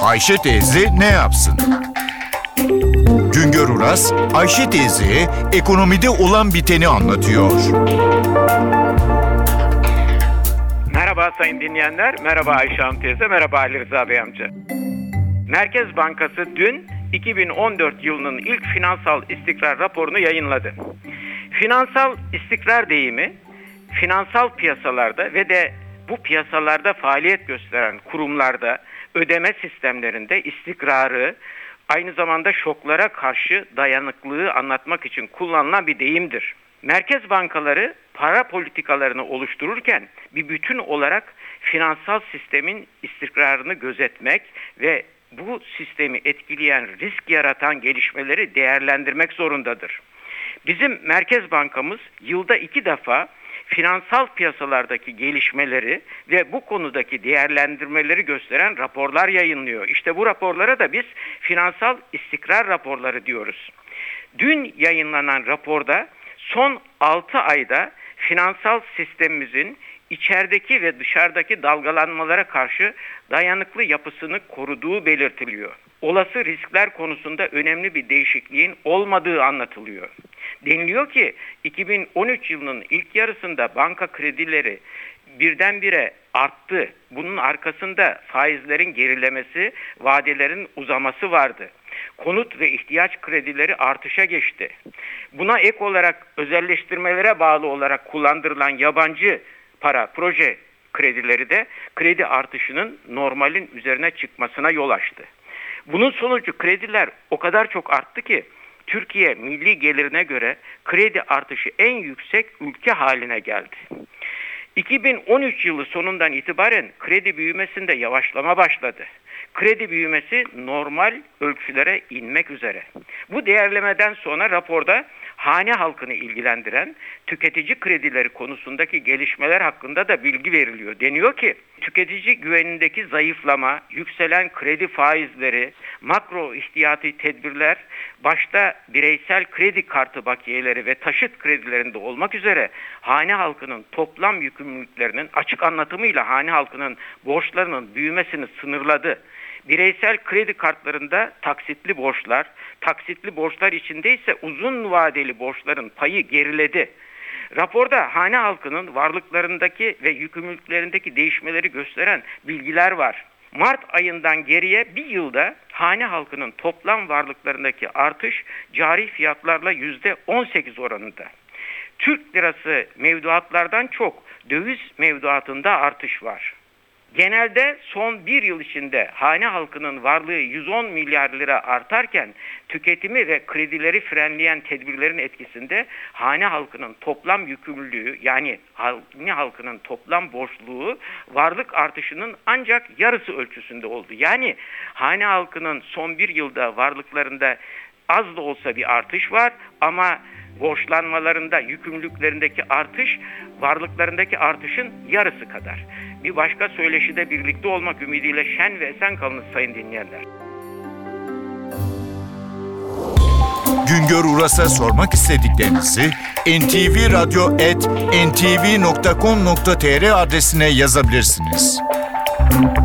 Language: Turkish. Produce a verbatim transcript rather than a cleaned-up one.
Ayşe teyze ne yapsın? Güngör Uras, Ayşe teyzeye ekonomide olan biteni anlatıyor. Merhaba sayın dinleyenler, merhaba Ayşe Hanım teyze, merhaba Ali Rıza Bey amca. Merkez Bankası dün iki bin on dört yılının ilk finansal istikrar raporunu yayınladı. Finansal istikrar deyimi, finansal piyasalarda ve de bu piyasalarda faaliyet gösteren kurumlarda, ödeme sistemlerinde istikrarı, aynı zamanda şoklara karşı dayanıklılığı anlatmak için kullanılan bir deyimdir. Merkez bankaları para politikalarını oluştururken bir bütün olarak finansal sistemin istikrarını gözetmek ve bu sistemi etkileyen, risk yaratan gelişmeleri değerlendirmek zorundadır. Bizim Merkez Bankamız yılda iki defa finansal piyasalardaki gelişmeleri ve bu konudaki değerlendirmeleri gösteren raporlar yayınlıyor. İşte bu raporlara da biz finansal istikrar raporları diyoruz. Dün yayınlanan raporda son altı ayda finansal sistemimizin içerideki ve dışarıdaki dalgalanmalara karşı dayanıklı yapısını koruduğu belirtiliyor. Olası riskler konusunda önemli bir değişikliğin olmadığı anlatılıyor. Deniliyor ki iki bin on üç yılının ilk yarısında banka kredileri birdenbire arttı. Bunun arkasında faizlerin gerilemesi, vadelerin uzaması vardı. Konut ve ihtiyaç kredileri artışa geçti. Buna ek olarak özelleştirmelere bağlı olarak kullandırılan yabancı para, proje kredileri de kredi artışının normalin üzerine çıkmasına yol açtı. Bunun sonucu krediler o kadar çok arttı ki Türkiye milli gelirine göre kredi artışı en yüksek ülke haline geldi. iki bin on üç yılı sonundan itibaren kredi büyümesinde yavaşlama başladı. Kredi büyümesi normal ölçülere inmek üzere. Bu değerlemeden sonra raporda hane halkını ilgilendiren tüketici kredileri konusundaki gelişmeler hakkında da bilgi veriliyor. Deniyor ki tüketici güvenindeki zayıflama, yükselen kredi faizleri, makro ihtiyati tedbirler, başta bireysel kredi kartı bakiyeleri ve taşıt kredilerinde olmak üzere hane halkının toplam yükümlülüklerinin açık anlatımıyla hane halkının borçlarının büyümesini sınırladı. Bireysel kredi kartlarında taksitli borçlar, taksitli borçlar içinde ise uzun vadeli borçların payı geriledi. Raporda hane halkının varlıklarındaki ve yükümlülüklerindeki değişmeleri gösteren bilgiler var. Mart ayından geriye bir yılda hane halkının toplam varlıklarındaki artış cari fiyatlarla yüzde on sekiz oranında. Türk lirası mevduatlardan çok döviz mevduatında artış var. Genelde son bir yıl içinde hane halkının varlığı yüz on milyar lira artarken tüketimi ve kredileri frenleyen tedbirlerin etkisinde hane halkının toplam yükümlülüğü yani hane halkının toplam borçluluğu varlık artışının ancak yarısı ölçüsünde oldu. Yani hane halkının son bir yılda varlıklarında az da olsa bir artış var ama borçlanmalarında, yükümlülüklerindeki artış varlıklarındaki artışın yarısı kadar. Bir başka söyleşide birlikte olmak ümidiyle şen ve esen kalınız sayın dinleyenler. Güngör Uras'a sormak istediklerinizi en ti vi radyo at en ti vi nokta com nokta tr adresine yazabilirsiniz.